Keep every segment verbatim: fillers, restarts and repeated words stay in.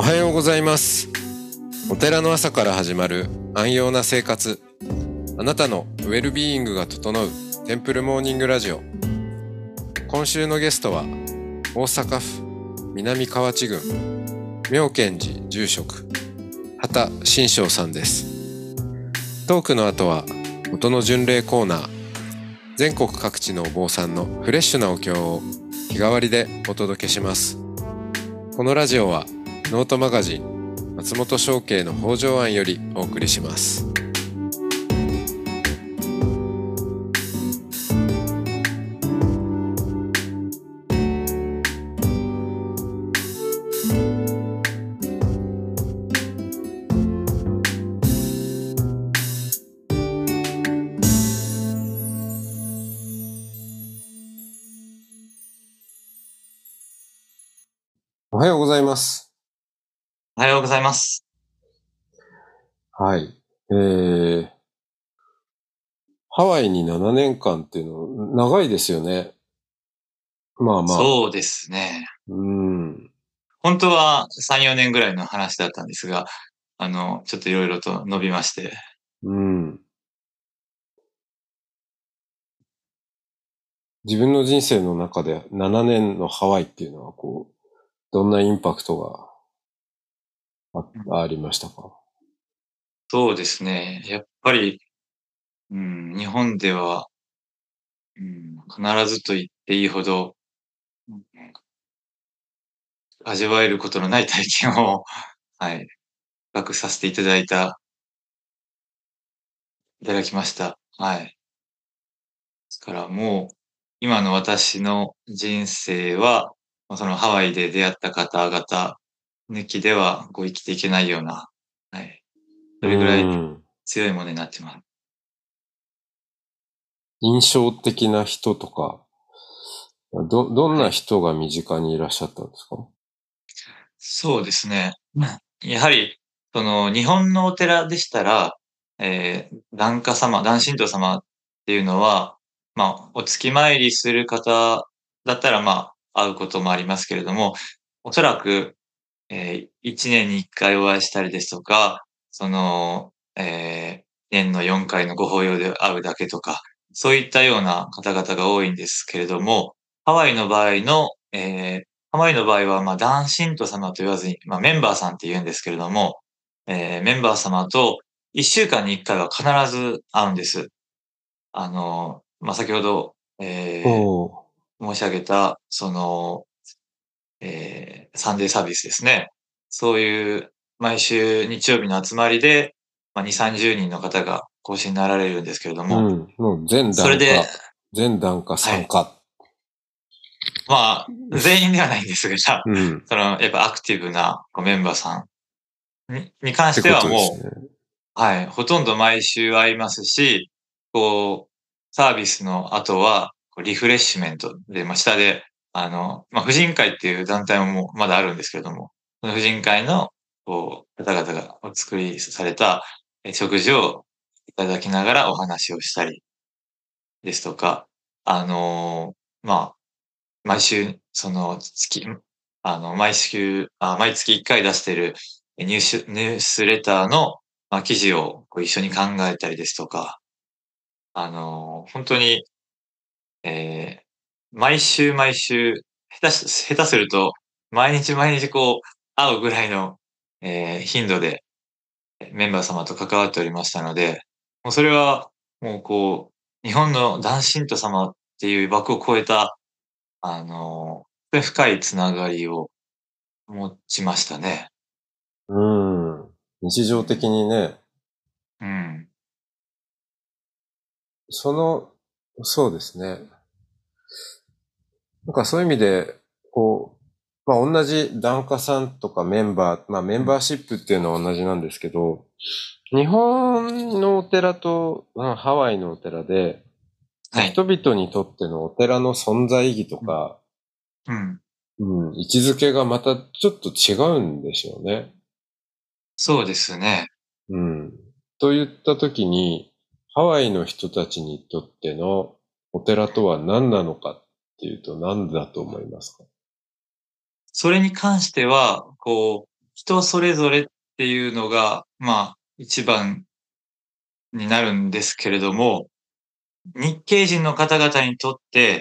はようございます。お寺の朝から始まる安養な生活、あなたのウェルビーイングが整うテンプルモーニングラジオ。今週のゲストは大阪府南河内郡妙見寺住職畑新章さんです。トークの後は音の巡礼コーナー、全国各地のお坊さんのフレッシュなお経を日替わりでお届けします。このラジオはノートマガジン松本商家の北条庵よりお送りします。おはようございます。 おはようございます。 はい。えー、ハワイにななねんかんっていうの、長いですよね。まあまあ。 そうですね。 うん。 本当はさん、よねんぐらいの話だったんですが、あの、ちょっといろいろと伸びまして。 うん。自分の人生の中でななねんのハワイっていうのは、こう、どんなインパクトが あ, ありましたか？ そうですね。やっぱり、うん、日本では、うん、必ずと言っていいほど、うん、味わえることのない体験を、はい、深くさせていただいた、いただきました。はい。ですからもう、今の私の人生は、そのハワイで出会った方々抜きではこう生きていけないような、はい。それぐらい強いものになってます。 印象的な人とか、ど、どんな人が身近にいらっしゃったんですか？はい、 そうですね。やはり、その、日本のお寺でしたら、えー、檀家様、檀神徒様っていうのは、まあ、お月参りする方だったら、まあ、会うこともありますけれども、おそらく、えー、一年に一回お会いしたりですとか、その、えー、年のよんかいのご法要で会うだけとか、そういったような方々が多いんですけれども、ハワイの場合の、えー、ハワイの場合は、まあ、男神徒様と言わずに、まあ、メンバーさんって言うんですけれども、えー、メンバー様と一週間に一回は必ず会うんです。あの、まあ、先ほど、えー、申し上げた、その、えー、サンデーサービスですね。そういう、毎週日曜日の集まりで、まあ、に、さんじゅうにんの方が講師になられるんですけれども、 うん。もう全それで、 檀家、全檀家はい。 参加。 まあ、全員ではないんですが、 うん。 その、やっぱアクティブなメンバーさんにに関してってこはもとですね。 う、はい、ほとんど毎週会いますし、こう、サービスの後は、こうリフレッシュメントで、まあ、下で、あの、まあ、婦人会っていう団体ももうまだあるんですけれども、その婦人会の、こう、方々がお作りされたえ食事をいただきながらお話をしたりですとか、あの、まあ、毎週、その月、あの、毎週、あ、毎月いっかい出してるニュース、ニュースレターの、まあ、記事をこう一緒に考えたりですとか、あの、本当に、えー毎週毎週、下手し、下手すると、毎日毎日こう、会うぐらいの、えー頻度でメンバー様と関わっておりましたので、もうそれは、もうこう、日本の男神徒様っていう枠を超えた、あの、深いつながりを持ちましたね。 うん。日常的にね、 うん。 その、そうですね。なんかそういう意味で、こう、まあ同じ檀家さんとかメンバー、まあメンバーシップっていうのは同じなんですけど、日本のお寺と、まあ、ハワイのお寺で、まあ、 はい。 人々にとってのお寺の存在意義とうん。 か、 うん。 うん、位置づけがまたちょっと違うんでしょうね。 そうですね。 うん。と言ったときに、ハワイの人たちにとってのお寺とは何なのかっていうと何だと思いますか？ それに関しては、こう、 人それぞれっていうのが、まあ、一番になるんですけれども、日系人の方々にとって、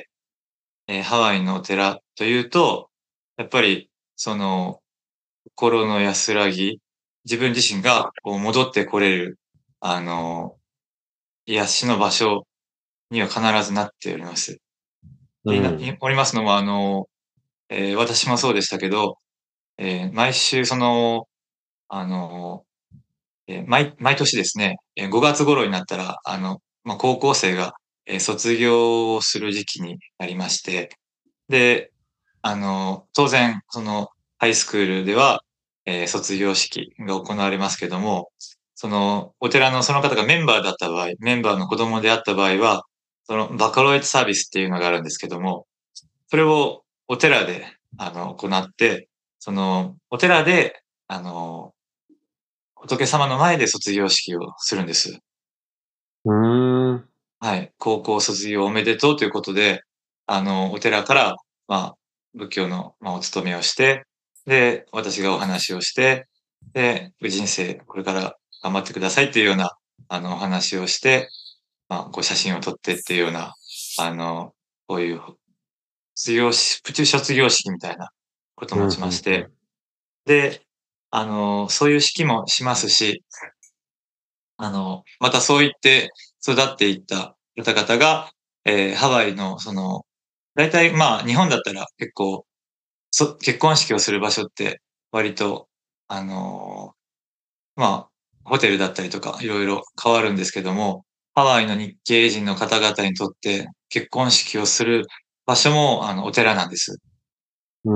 えーハワイのお寺というと、やっぱり、その、心の安らぎ、自分自身がこう戻ってこれる、あの、癒しの場所には必ずなっております。で、いな、 うん。 いおりますのも、あの、えー私もそうでしたけど、えー毎週その、あの、えー毎、毎年ですね、えーごがつ頃になったら、あの、まあ、高校生が、えー卒業をする時期になりまして、で、あの、当然、その、ハイスクールでは、えー卒業式が行われますけども、その、お寺のその方がメンバーだった場合、メンバーの子供であった場合は、その、バカロレットサービスっていうのがあるんですけども、それをお寺で、あの、行って、その、お寺で、あの、仏様の前で卒業式をするんです。 うーん。 はい。高校卒業おめでとうということで、あの、お寺から、まあ、仏教の、まあ、お勤めをして、で、私がお話をして、で、人生、これから頑張ってくださいっていうような、あの、お話をして、まあ、こう写真を撮ってっていうような、あの、こういう、卒業し、プチ卒業式みたいなことうん、うもしましん、うて、 ん。 で、あの、そういう式もしますし、あの、またそう言って育っていった方々が、えーハワイの、その、大体まあ、日本だったら結構、そ、結婚式をする場所って割と、あのーまあ、ホテルだったりとかいろいろ変わるんですけども、ハワイの日系人の方々にとって結婚式をする場所も、あの、お寺なんです。 うん。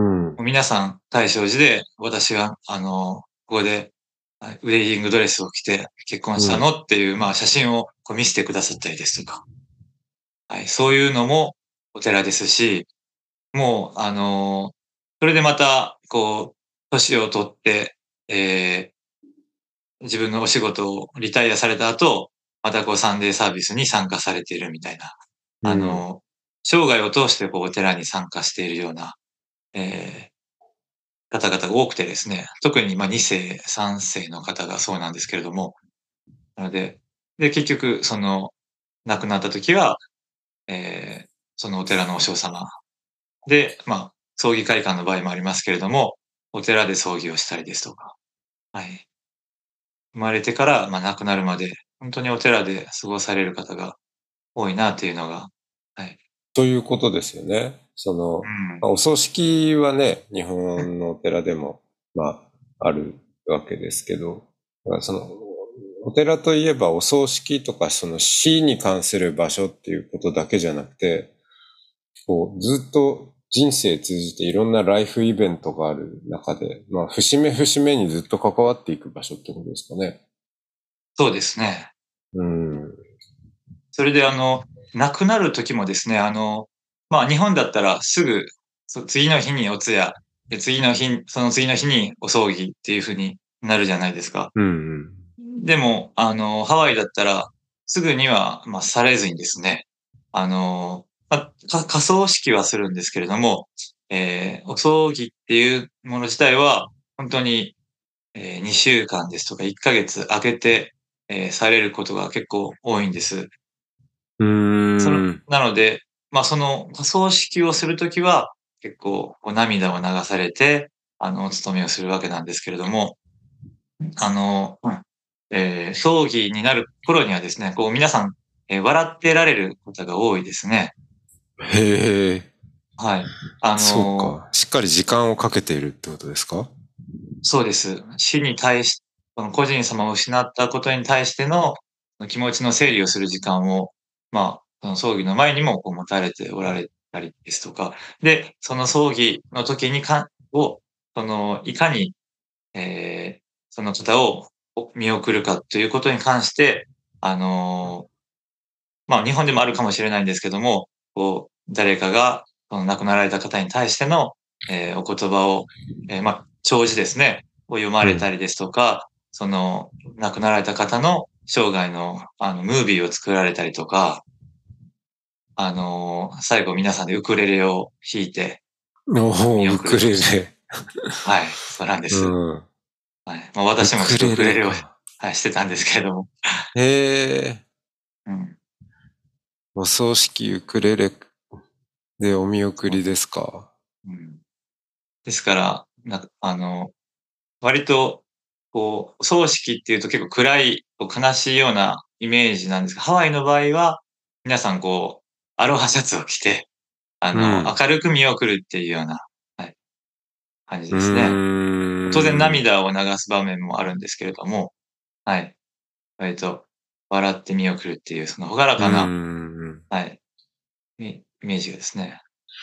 皆さん、大正寺で、私が、あの、ここで、はいウェディングドレスを着て結婚したうん。 のっていう、まあ、写真をこう見せてくださったりですとか、はい、そういうのもお寺ですし、もう、あの、それでまた、こう、年を取って、えー自分のお仕事をリタイアされた後、またこうサンデーサービスに参加されているみたいな、あうん。 の、生涯を通してこうお寺に参加しているような、えー方々が多くてですね、特にまあに世、さん世の方がそうなんですけれども、なので、で、結局、その、亡くなった時は、えーそのお寺の和尚様で、まあ、葬儀会館の場合もありますけれども、お寺で葬儀をしたりですとか、はい。生まれてから、まあ、亡くなるまで、本当にお寺で過ごされる方が多いなっていうのが、はい。 ということですよね。その、 うん。 まあお葬式はね、日本のお寺でも、まあ、あるわけですけど、まあその、お寺といえばお葬式とかその死に関する場所っていうことだけじゃなくて、こう、ずっと人生通じていろんなライフイベントがある中で、まあ、節目節目にずっと関わっていく場所ってことですかね。 そうですね。 うん。 それであの、亡くなる時もですね、あの、まあ日本だったらすぐ、そ次の日にお通夜、で次の日、その次の日にお葬儀っていう風になるじゃないですか。 うん、 でも、あの、ハワイだったら、すぐには、まあ、されずにですね、あの、まあ、か仮装式はするんですけれども、えーお葬儀っていうもの自体は、本当に、えー、にしゅうかんですとかいっかげつ空けて、えーされることが結構多いんです。 うん。 その、 うーん。 なので、まあ、その仮装式をするときは、結構、こう涙を流されて、あの、お勤めをするわけなんですけれども、あの、えー葬儀になる頃にはですね、こう皆さん、えー笑ってられる方が多いですね。 へえ。 はい。あの、 そうか。しっかり時間をかけているってことですか？ そうです。死に対し、この個人様を失ったことに対しての気持ちの整理をする時間を、まあ、その葬儀の前にもこう持たれておられたりですとか、で、その葬儀の時にか、を、その、いかに、えーその方を見送るかということに関して、あのまあ、日本でもあるかもしれないんですけども、こう、誰かが、その亡くなられた方に対しての、えーお言葉を、えーまあ、弔辞ですね、を読まうん。 れたりですとか、その、亡くなられた方の生涯の、あの、ムービーを作られたりとか、あのー最後皆さんでウクレレを弾いて、あの、 おお、 見ウクレ送るとか。 レ。 はい、そうなんでうす。 ん。 はい。まあ私もちょっとウウクレレクレレを、 か。 はい、してたんですけれども。 へえ。 うん。 お葬式ウクレレでお見送りですか。 うん、ですから、なあの、割と、こう、お葬式っていうと結構暗い、こう悲しいようなイメージなんですが、ハワイの場合は、皆さんこう、アロハシャツを着て、あの、 うん。 明るく見送るっていうような、はい、感じうですね。当然ーん。 涙を流す場面もあるんですけれども、はい。割と、笑って見送るっていう、その朗らうーかな、 ん。 はい、イイメージがですね。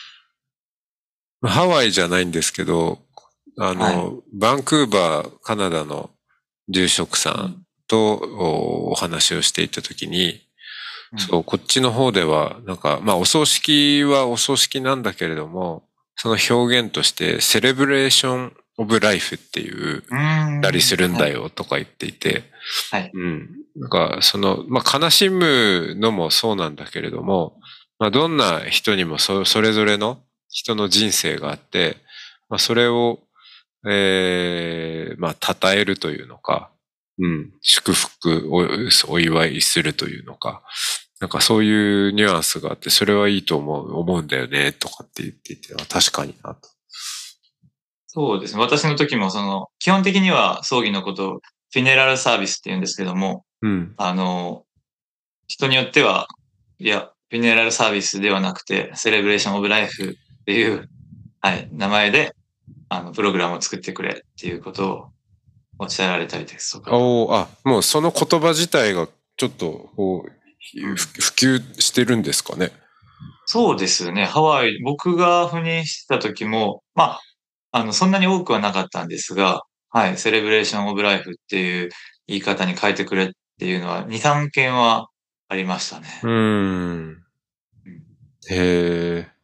ハワイじゃないんですけど、あはい。 の、バンクーバー、カナダの住職さんうん。 とおお話をしていたときに、 うん。 そう、こっちの方では、なんか、まあ、お葬式はお葬式なんだけれども、その表現として、セレブレーションオブライフっていう、 うーたりん。 するんだはい。 よとか言っていて、 はい。 うん。なんか、その、まあ、悲しむのもそうなんだけれども、まあ、どんな人にもそ、それぞれの人の人生があって、まあ、それを、えー、まあ、称えるというのか、うん、祝福をお祝いするというのか、なんかそういうニュアンスがあって、それはいいと思う、思うんだよね、とかって言っていて、あ確かになと。 そうですね。私の時もその、基本的には葬儀のことをフィネラルサービスって言うんですけども、 うん。 あの、人によっては、いや、フィネラルサービスではなくて、セレブレーションオブライフっていう、はい、名前で、あの、プログラムを作ってくれっていうことをおっしゃられたりですとか。 おーあ、もうその言葉自体がちょっと、こう、 うん。 ふ普及してるんですかね。 そうですね。ハワイ、僕が赴任してた時も、まあ、あの、そんなに多くはなかったんですが、はい、セレブレーションオブライフっていう言い方に変えてくれっていうのは、に、さんけんはありましたね。 うーん。 うん、 へえ。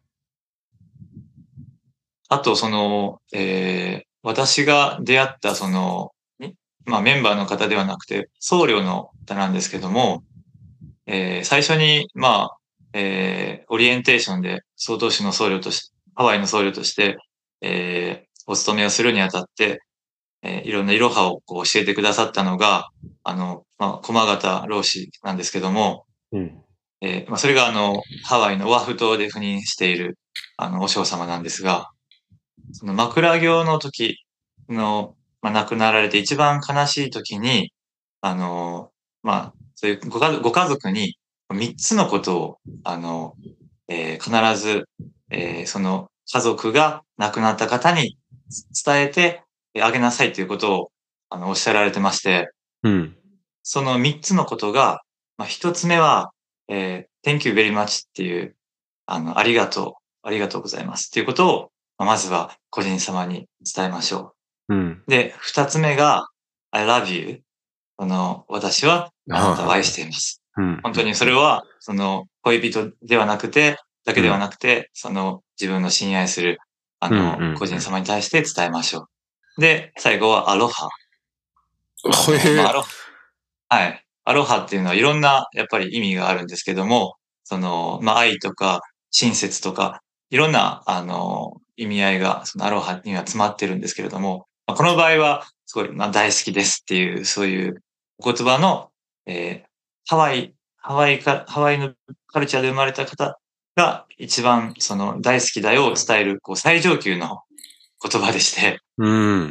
あと、その、えー、私が出会ったその、にまあメンバーの方ではなくて、僧侶の方なんですけども、えー、最初に、まあ、えー、オリエンテーションで、総統市の僧侶とし、ハワイの僧侶として、えー、お勤めをするにあたって、えーいろんなイロハをこう教えてくださったのが、あの、まあ、駒形老師なんですけども、 うん。 えーまあ、それがあの、ハワイのオアフ島で赴任している、あの、お嬢様なんですが、その枕業の時の、まあ、亡くなられて一番悲しい時に、あの、まあ、そういうご家族、ご家族に三つのことを、あの、えー必ず、えーその家族が亡くなった方に伝えてあげなさいということを、あの、おっしゃられてまして、 うん。 その三つのことが、まあ、一つ目は、えー Thank you very much っていう、あの、ありがとう、ありがとうございますっていうことを、まあまずは個人様に伝えましょうん。 う。で、二つ目が、I love you。あの、私はあなたを愛しはあはあ。 ています。 うん。 本当にそうん。 れは、その、恋人ではなくて、だけではうん。 なくて、その、自分の信頼する、あうん。うの、個人ん。 様に対して伝えましょう。で、最後はアロハ。あうん。 の、まあ、 へえ。 アロはい。アロハっていうのはいろんな、やっぱり意味があるんですけども、その、まあ、愛とか、親切とか、いろんな、あの、意味合いが、そのアロハには詰まってるんですけれども、まあ、この場合は、すごい、まあ、大好きですっていう、そういうお言葉の、えーハワイ、ハワイか、ハワイのカルチャーで生まれた方が一番、その、大好きだよを伝える、こう、最上級の言葉でして、 うん。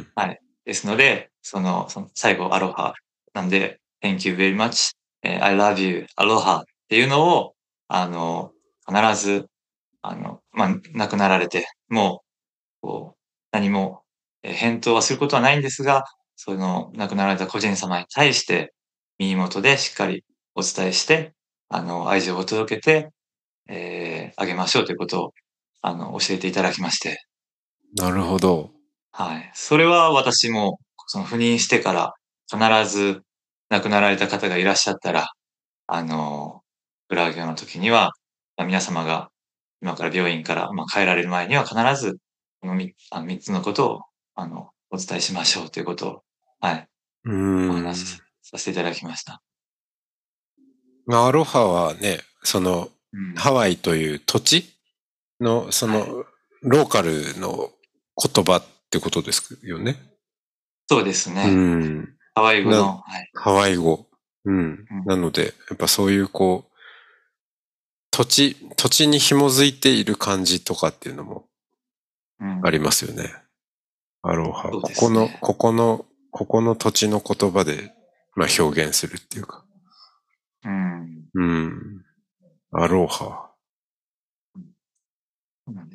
はい。ですので、その、その最後、アロハなんで、Thank you very much, えー I love you, アロハっていうのを、あの、必ず、あの、まあ、亡くなられて、もう、こう、何も、えー返答はすることはないんですが、その、亡くなられた個人様に対して、耳元でしっかりお伝えして、あの、愛情を届けて、えーあげましょうということを、あの、教えていただきまして、 なるほど。 はい。それは私も、その赴任してから必ず亡くなられた方がいらっしゃったら、あの、裏上げの時には、まあ皆様が今から病院から、まあ、帰られる前には必ず、このみあのみっつのことを、あの、お伝えしましょうということを、はい、 うーお話しん。 させていただきました。 まあ、アロハはね、その、 うん。 ハワイという土地の、そはい。 の、ローカルの言葉ってことですよね。 そうですうね。 ん。 ハワイ語の。 なはい。 ハワイ語。うん。 うんなので、やっぱそういうこう、土地、土地に紐づいている感じとかっていうのもうんありますよね。アロハ。 そうここの、 ですね。 ここの、ここの土地の言葉で、まあ表現するっていうか。 うん。 うん。アロハ。 そうなんです。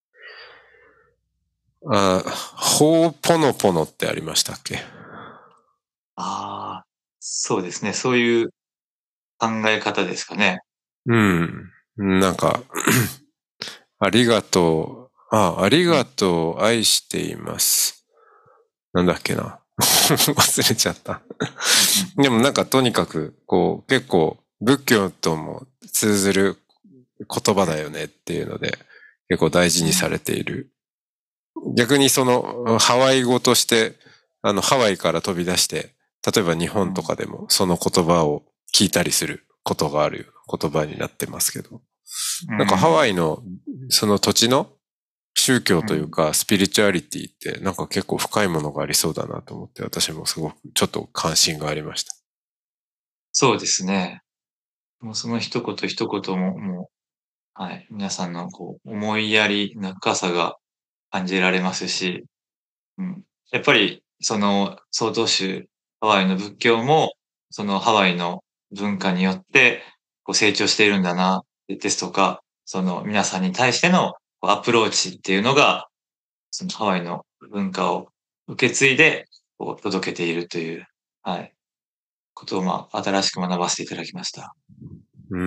あ、ホーポノポノってありましたっけ？ ああ、そうですね。そういう考え方ですかね。 うん。なんか、ありがとう。あ、ありがとう。愛しています。なんだっけな。忘れちゃった。 うんでもなんかとにかく、こう、結構仏教とも通ずる言葉だよねっていうので、結構大事にされている。逆にそのハワイ語として、あのハワイから飛び出して、例えば日本とかでもその言葉を聞いたりすることがある言葉になってますけど、 うんなんかハワイのその土地の宗教といううんかスピリチュアリティってなんか結構深いものがありそうだなと思って私もすごくちょっと関心がありました。 そうですね。もうその一言一言も、もう、はい、皆さんのこう思いやりの深さが感じられますし、うん、やっぱりその曹洞宗、ハワイの仏教も、そのハワイの文化によってこう成長しているんだな、ですとか、その皆さんに対してのこうアプローチっていうのが、そのハワイの文化を受け継いでこう届けているという、はい、ことをまあ新しく学ばせていただきました。 うん。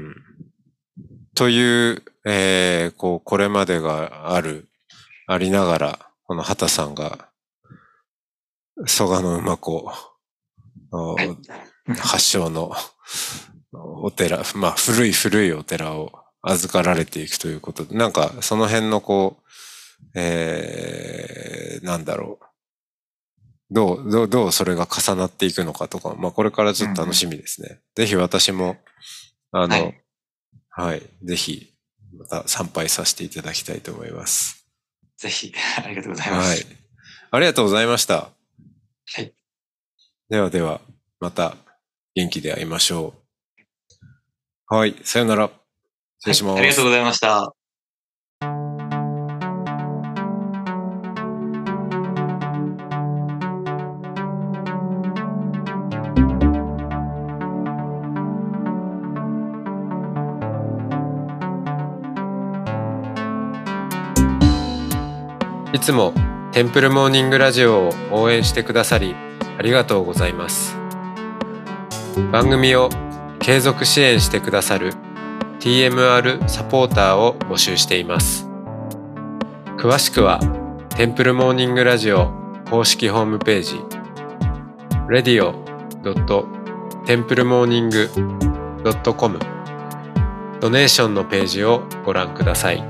という、えー、こう、これまでがある、ありながら、この畑さんが、蘇我の馬子はい。 発祥のお寺、まあ古い古いお寺を預かられていくということで、なんかその辺のこう、えー、なんだろう。どう、どう、どうそれが重なっていくのかとか、まあこれからちょっと楽しみですね。ぜひ私も、あの、 はい。 はい、ぜひ、また参拝させていただきたいと思います。 ぜひ、ありがとうございまはい。 す。 ありがとうございました。 はい。 ではでは、また元気で会いましょう。はい、さよなら。失礼しはい。あります。 がとうございました。 いつもテンプルモーニングラジオを応援してくださりありがとうございます。番組を継続支援してくださる ティーエムアール サポーターを募集しています。詳しくはテンプルモーニングラジオ公式ホームページ レディオドットテンプルモーニングドットコム ドネーションのページをご覧ください。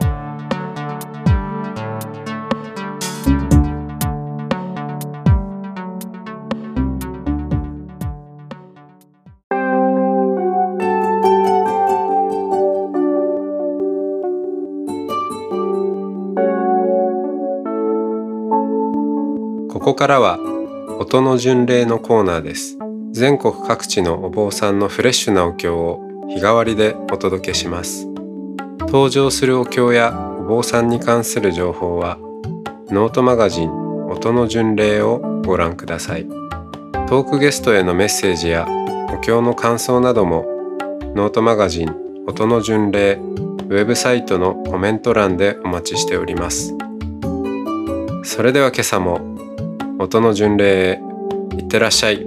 ここからは音の巡礼のコーナーです。全国各地のお坊さんのフレッシュなお経を日替わりでお届けします。登場するお経やお坊さんに関する情報はノートマガジン音の巡礼をご覧ください。トークゲストへのメッセージやお経の感想などもノートマガジン音の巡礼ウェブサイトのコメント欄でお待ちしております。それでは今朝も音の巡礼へいってらっしゃい。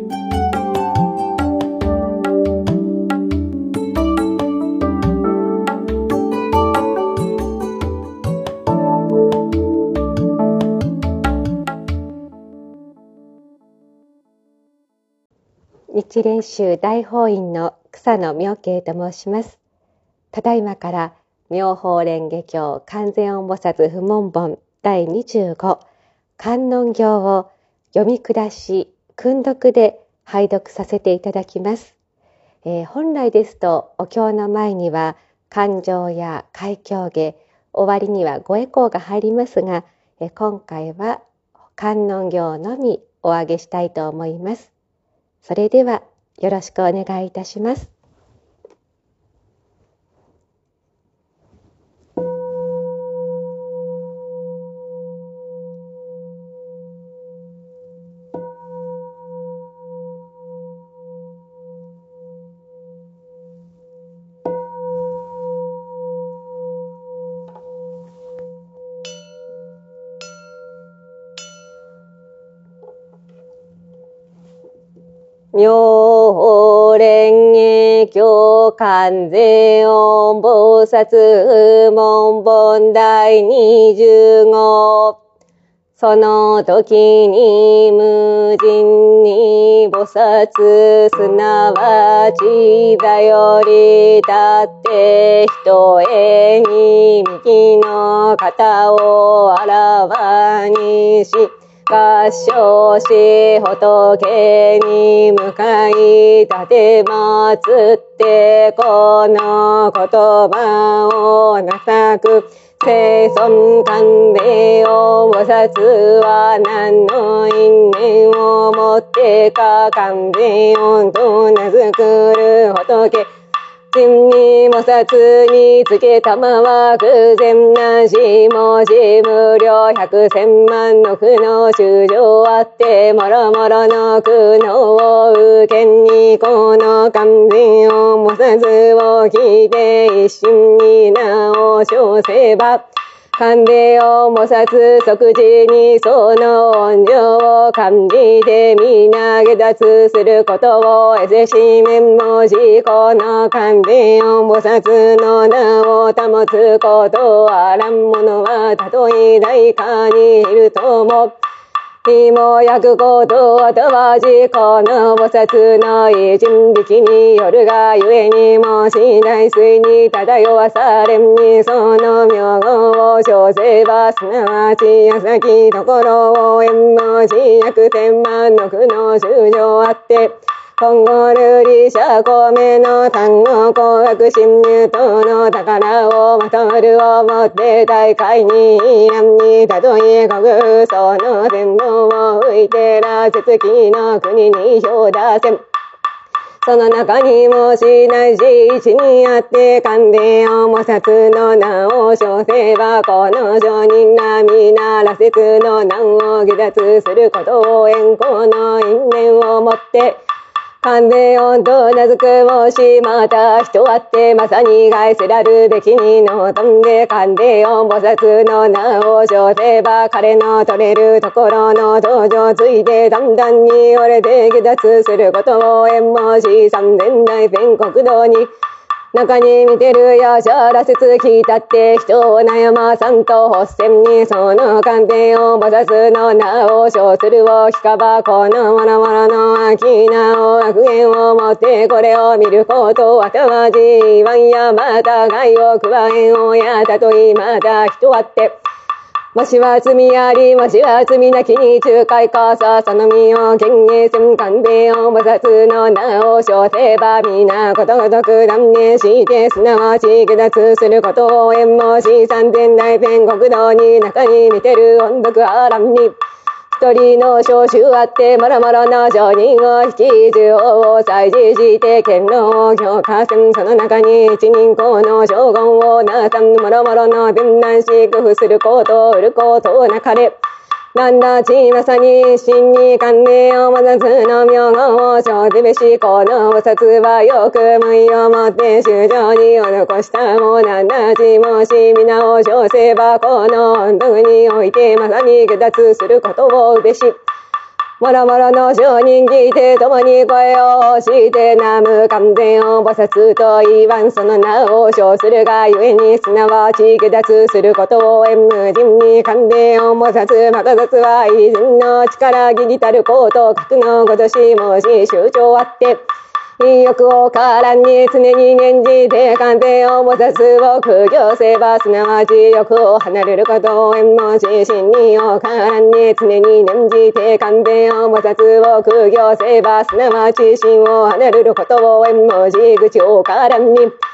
日蓮宗大法院の草野明慶と申します。ただいまから妙法蓮華経観世音菩薩不問本だいにじゅうご観音経を読み下し訓読で拝読させていただきます。えー、本来ですとお経の前には勘定や開経下、終わりにはご回向が入りますが、えー、今回は観音経のみお上げしたいと思います。それではよろしくお願いいたします。妙法蓮華経観世音菩薩門本第二十五。その時に無尽に菩薩すなわち座より立って人へに右の肩をあらわにし合掌し仏に向かい立てまつってこの言葉をなさく聖尊観世音菩薩は何の因縁をもってか観世音と名付くる仏真に菩薩につけたまは空前なし文字無量百千万の苦悩衆生あってもろもろの苦悩を受けにこの観世音菩薩を聞いて一心に名を称せば観世音菩薩即時にその恩情を感じて皆下脱することを得せし面もしこの観世音菩薩の名を保つことあらんものはたとえ大家にいるとも火も焼くことはたわしこの菩薩の一人力によるがゆえにもし大水に漂わされんにその名号を称せばすなわち矢先ところを縁もし百千万の苦悩衆生あって今後ルリ社米の単語紅白侵入等の宝をまとるをもって大海に乱にたとえ国その全能を吹いてら節気の国に表出せその中にもしないし一にあって観世音菩薩の名を称せばこの上人ら皆羅刹の難を下脱することを縁故の因縁をもって観世音と名付くもしまた人あってまさに害せらるべきに望んで観世音菩薩の名を称せば彼の取れるところの道場ついてだんだんに折れて下脱することを縁もし三千大全国道に中に見てるやしゃらせつきたって人を悩まさんと発戦にその観世音菩薩の名を称するを聞かばこのもろもろの秋名を悪縁をもってこれを見ることはたまじ言わんやまた害を加えんをやたといまた人あってもしは罪あり、もしは罪なきに仲介かさ、その身を権限せん観世音菩薩の名を称せば、皆ことごとく断念して、すなわち下脱することを縁もし三千大全国道に中に見てる音読あらんに、一人の召集あって、もろもろの上人を引き、中央を祭事して、剣能を強化せん、その中に一人公の将軍をなさん、もろもろの分断し、工夫することを売ることをなかれ。なんだちまさに真に観世音菩薩の名号を称じべし、この菩薩はよく無意をもって衆生に施したもなんだちもし皆を称せば、この音読においてまさに下脱することをうべし。もろもろの上人聞いて共に声をして南無観世音菩薩と言わんその名を称するがゆえにすなわち下脱することを縁無尽に観世音菩薩また雑は偉人の力ぎりたること格のごとしもし衆長あって意欲をからんに常に念じて観世音菩薩を苦行せばすなわち欲を離れることを縁もし真にをからんに常に念じて観世音菩薩を苦行せばすなわち真を離れることを縁もし口をからんに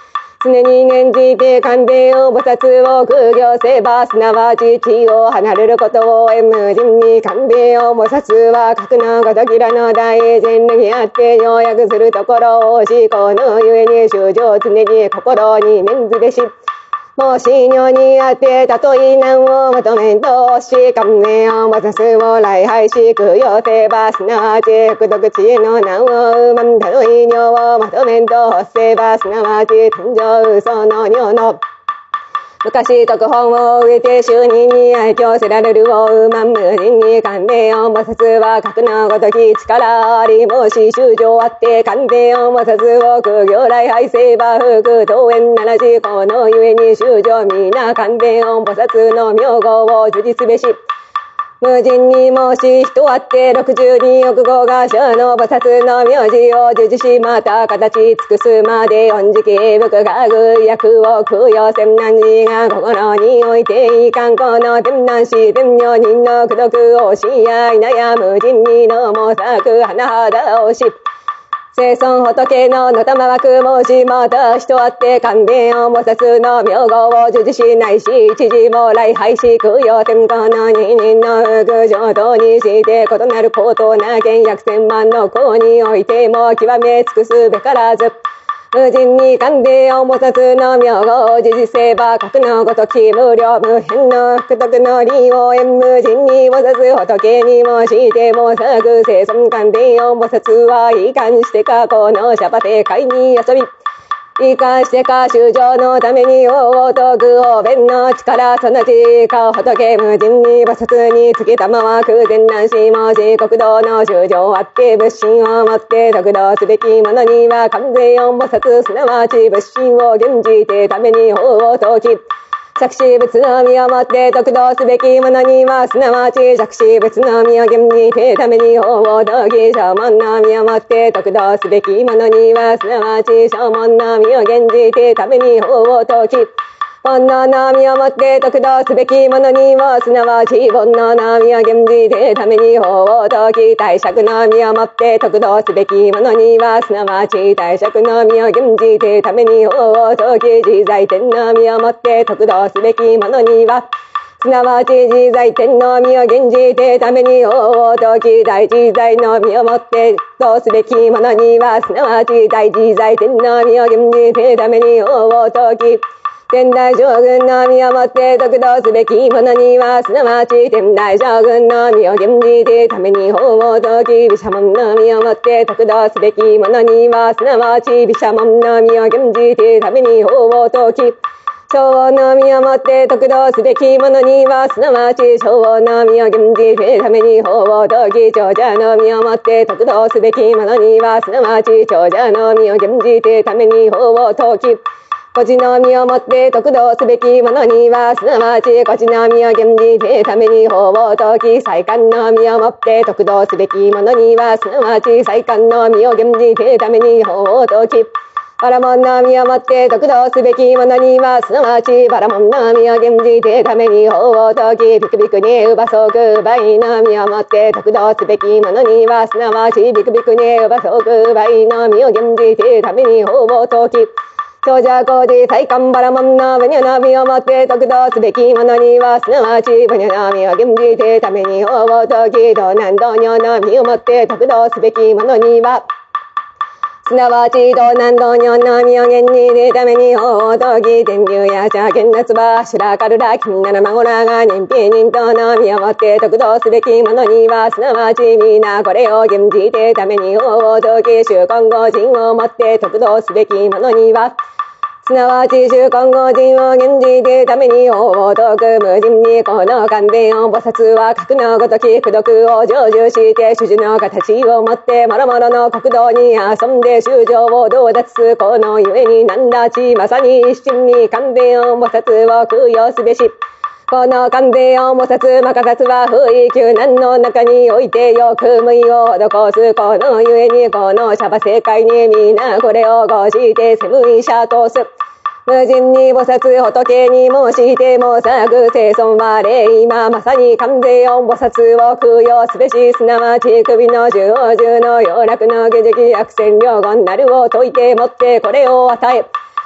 常に念じて観世音菩薩を供養せば、すなわち地を離れることを縁無尽に。観世音菩薩は格のごときらの大善にあって要約するところをし、このゆえに衆生常に心に念ずべし。もし如にあってたとえ難を求めんとし、観世音菩薩を礼拝し供養せば、すなわち福徳知恵の難をまんたとえ尿を求めんとせば、すなわち天上嘘の尿の昔特本を植えて衆人に愛嬌せられるをうまん無人に。観世音菩薩は格のごとき力あり、もし衆生あって観世音菩薩を供養礼拝せば、福当縁ならし。このゆえに衆生皆観世音菩薩の名号を受持すべし。無尽にもし人あって六十二億五が所の菩薩の名字を受持し、また形尽くすまで恩慈敬福が具役を供養せんなんじが心においていかん。この天南市天女人の功徳をしやいなや無尽にの模索甚だをし、聖尊仏ののたまわくもし、また人あって観世音菩薩の名号を受持しないし、一時も礼拝し供養せん。この二人の福上等にして異なることなけん百千万の子においても極め尽くすべからず、無尽に観世音菩薩の名号を受持せば、格のごとき無量無辺の福徳の利を縁無尽に菩薩仏にもしても作聖尊観世音菩薩はいかんしてかこのシャバ世界に遊び、いかしてか衆生のために大徳お弁の力そのちか仏無尽に菩薩につきたまわく善男子もし国道の衆生あって仏心をもって得度すべき者には観世音菩薩すなわち仏心を現じてために法を説き、作詞仏の身をもって得度すべき者にはすなわち作詞仏の身を現じてために法を説き、正門の身をもって得度すべき者にはすなわち正門の身を現じてために法を説き、煩悩の身をもって得度すべき者にはすなわち煩悩の身を現じてために法を説き、大釈の身をもって得度すべき者にはすなわち大釈の身を現じてために法を説き、自在天の身をもって得度すべき者にはすなわち自在天の身を現じてために法を説き、大自在の身をもって得度すべき者にはすなわち大自在天の身を現じてために法を説き、天台将軍の身をもって得度すべき者にはすなわち天台将軍の身を現じてために法を説き、毘沙門の身をもって得度すべき者にはすなわち毘沙門の身を現じてために法を説き、小王の身をもって得度すべき者にはすなわち小王の身を現じてために法を説き、長者の身をもって得度すべき者にはすなわち長者の身を現じてために法を説き、孤児の身をもって得度すべき者にはすなわち孤児の身を現じてために法を説き、祭官の身をもって得度すべき者にはすなわち祭官の身を現じてために法を説き、バラモンの身をもって得度すべき者にはすなわちバラモンの身を現じてために法を説き、ビクビクにウバソクバイの身をもって得度すべき者にはすなわちビクビクにウバソクバイの身を現じてために法を説き、長者工事祭官バラモンのブニョの身をもって得度すべき者にはすなわちブニョの身を現じてために法を説き、道南道女の身をもって得度すべき者にはすなわち道南道女の身を現じてために法を説き、天竜や茶剣夏場シュラカルラ金七孫らが人品人等の身をもって得度すべき者にはすなわち皆これを現じてために法を説き、衆金剛人をもって得度すべき者にはすなわち衆金剛人を現じてために法を説く、無尽にこの観世音菩薩は格のごとき功徳を成就して種々の形をもって諸々の国土に遊んで衆生を道脱す。このゆえに何だちまさに一心に観世音菩薩を供養すべし。この観世音菩薩摩訶薩は不意救難の中においてよく無意を施す。このゆえにこのシャバ世界に皆これをごしてセムイシャトス。無尽に菩薩仏に申しても作聖尊は礼今まさに観世音菩薩を供養すべし。すなわち首の十王十の要楽の下敷悪戦両言なるを説いてもってこれを与え、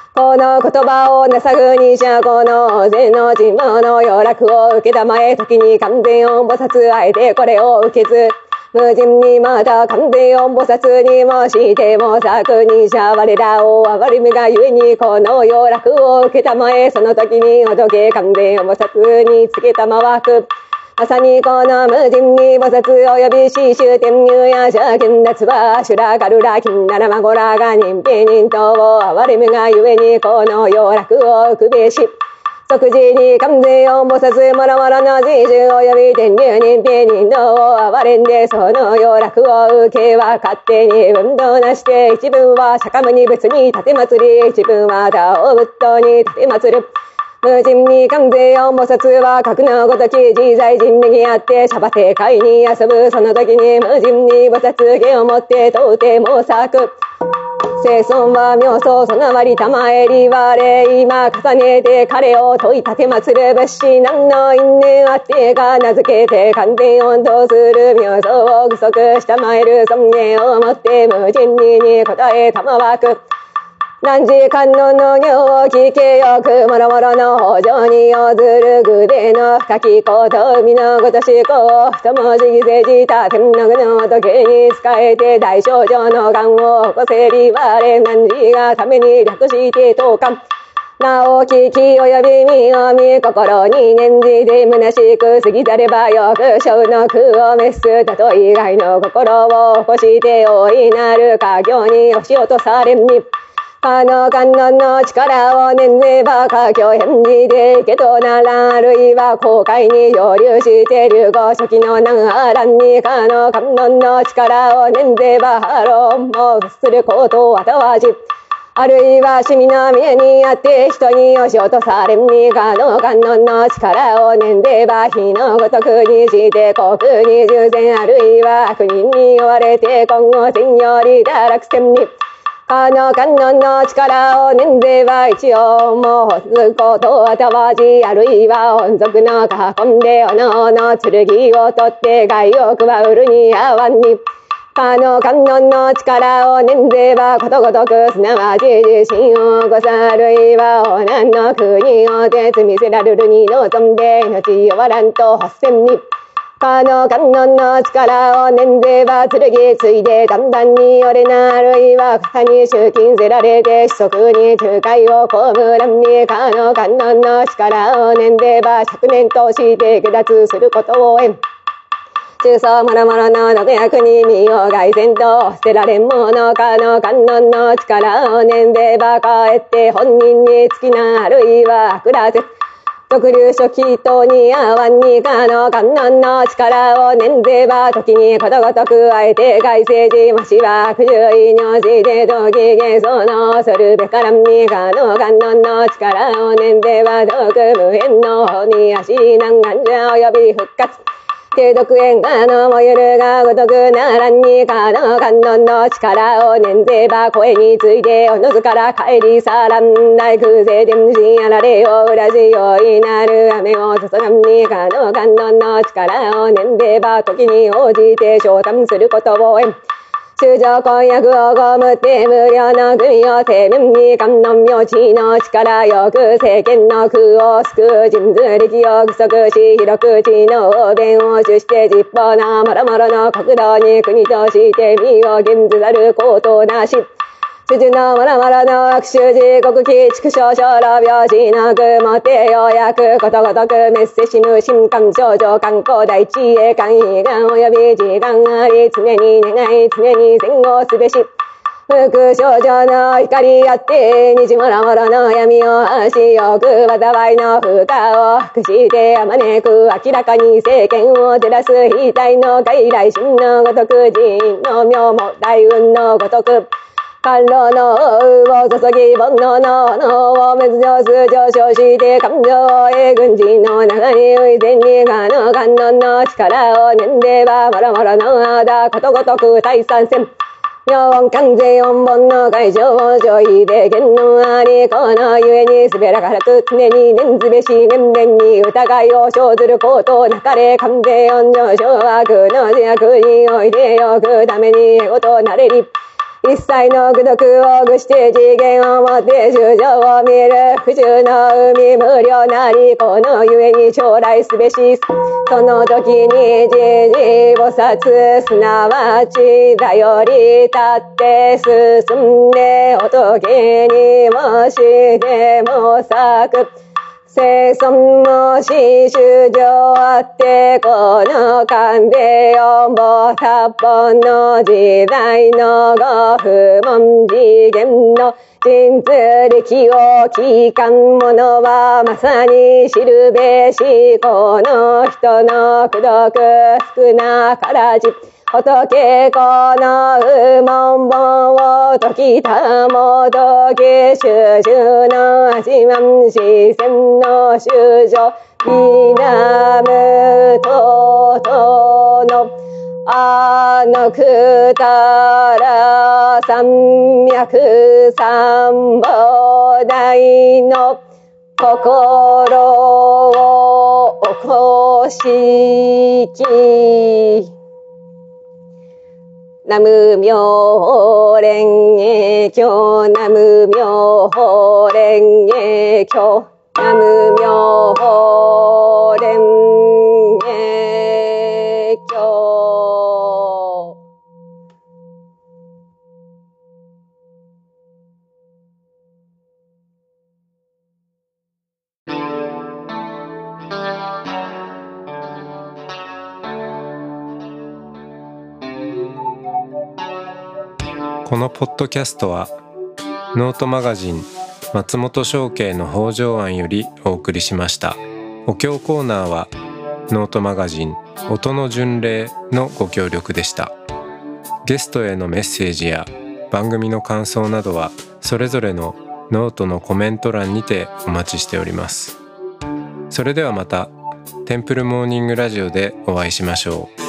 この言葉をなさぐにしゃこの大勢の尋問の要楽を受けたまえ時に完全音菩薩あえてこれを受けず無尽にまた完全音菩薩にもしても作にしゃ我らを憐れむがゆえにこの要楽を受けたまえその時に仏完全音菩薩につけたまわくまさにこの無尽に菩薩及び死守天入や邪見脱は修羅カルラ金ならまごらが人平人等を憐れむがゆえにこの要楽をくべし即時に完全音菩薩もろもろの自重及び天入人平人等を憐れんでその要楽を受けは勝手に分動なして一分は釈迦牟尼仏に立て祭り一分は他を仏頭に立て祭る無尽に完全音菩薩は格のごとき自在人力あってシャバ世界に遊ぶその時に無尽に菩薩芸をもって到底も咲く生尊は妙相備わり玉えり我今重ねて彼を問い立て祭る仏師何の因縁あってか名付けて完全音とする妙相を具足したまえる尊厳をもって無尽にに答え玉わく何時間の農業を聞けよくもろもろの北条に要ずる具での深きこと海のごとしこう一文字政治た天の具の時計に仕えて大症状の癌を起こせり我何時がために略して当官なお聞き及び身を見心に念じて虚しく過ぎざればよく小の苦を滅すたと以外の心を起こして大いなる家業に押し落とされんにかの観音の力を念ぜば家境返事でけとならあるいは航海に漂流して流行初期の南波乱にかの観音の力を念ぜば波論もすることはたわじあるいは趣味の見えにあって人に押し落とされんにかの観音の力を念ぜば火のごとくにして国に従前あるいは悪人に追われて今後天より堕落せんにかの観音の力を念ぜば一応も欲すことはたわじあるいは音族の囲んでおのおの剣を取って害を加うるにあわんにかの観音の力を念ぜばことごとくすなわち自身を起こさあるいはおなんの国をて罪せらるるに望んで命をわらんと発せんにかの観音の力を念ぜば剣ついでだんだんに折れなあるいは傘に集金せられて子息に仲介を被らんにかの観音の力を念ぜば百年として下脱することをえん中層もろもろの毒薬に身を害せんと捨てられんものかの観音の力を念ぜばかえって本人につきなあるいは悪らせ特流初期等にあわんにかの観音の力を念ぜば時にことごとくあえて外世寺もしは不十意に応じて時幻想の恐るべからんにかの観音の力を念ぜば徳無縁の方に足難患者及び復活低毒縁がのもゆるがごとくならんにかの観音の力を念ぜば声についておのずから帰り去らんない空勢天神あられよ裏地よいなる雨を注がんにかの観音の力を念ぜば時に応じて昇誕することをえん衆生婚約をごむって無料の国を生命に観音妙智の力よく世間の苦を救う人図力を具足し広く知能弁を主して実法なもろもろの国土に国として身を現ずざることなし主樹のもろもろの悪臭時国旗畜生小老病死の具もってようやくことごとく滅せしむ心感症状観光大地へ間悲願及び時間あり常に願い常に戦後すべし副症状の光あって虹もろもろの闇を足よく災いの負荷を服してあまねく明らかに世間を照らす額の外来心のごとく人の妙も大運のごとく甘露の王を注ぎ煩悩の炎を滅上す上昇して感情をえ軍人の中に浮いてにかの観音の力を念ぜばもろもろのあだことごとく大参戦妙音完全音本の会場を上位で言のありこのゆえにすべらからく常に念ずべし念々に疑いを生ずることなかれ完全音上昇悪の自悪においてよくためにエゴとなれり一切の功徳を具して次元をもって衆生を見る不中の海無量なりこのゆえに将来すべしその時にじじ菩薩すなわち頼り立って進んで仏にもしても咲く生存もし衆生あってこの間で四方八本の時代のご不問次元の神通力を聞かん者はまさに知るべしこの人の功徳少なからじ仏この右門本を解きたもとき衆々の八万四千の衆生南ととのあのくたら三脈三宝大の心を起こしき南無妙蓮華経南無妙蓮華経南無妙蓮華経このポッドキャストはノートマガジン松本商家の北条庵よりお送りしました。お経コーナーはノートマガジン音の巡礼のご協力でした。ゲストへのメッセージや番組の感想などはそれぞれのノートのコメント欄にてお待ちしております。それではまたテンプルモーニングラジオでお会いしましょう。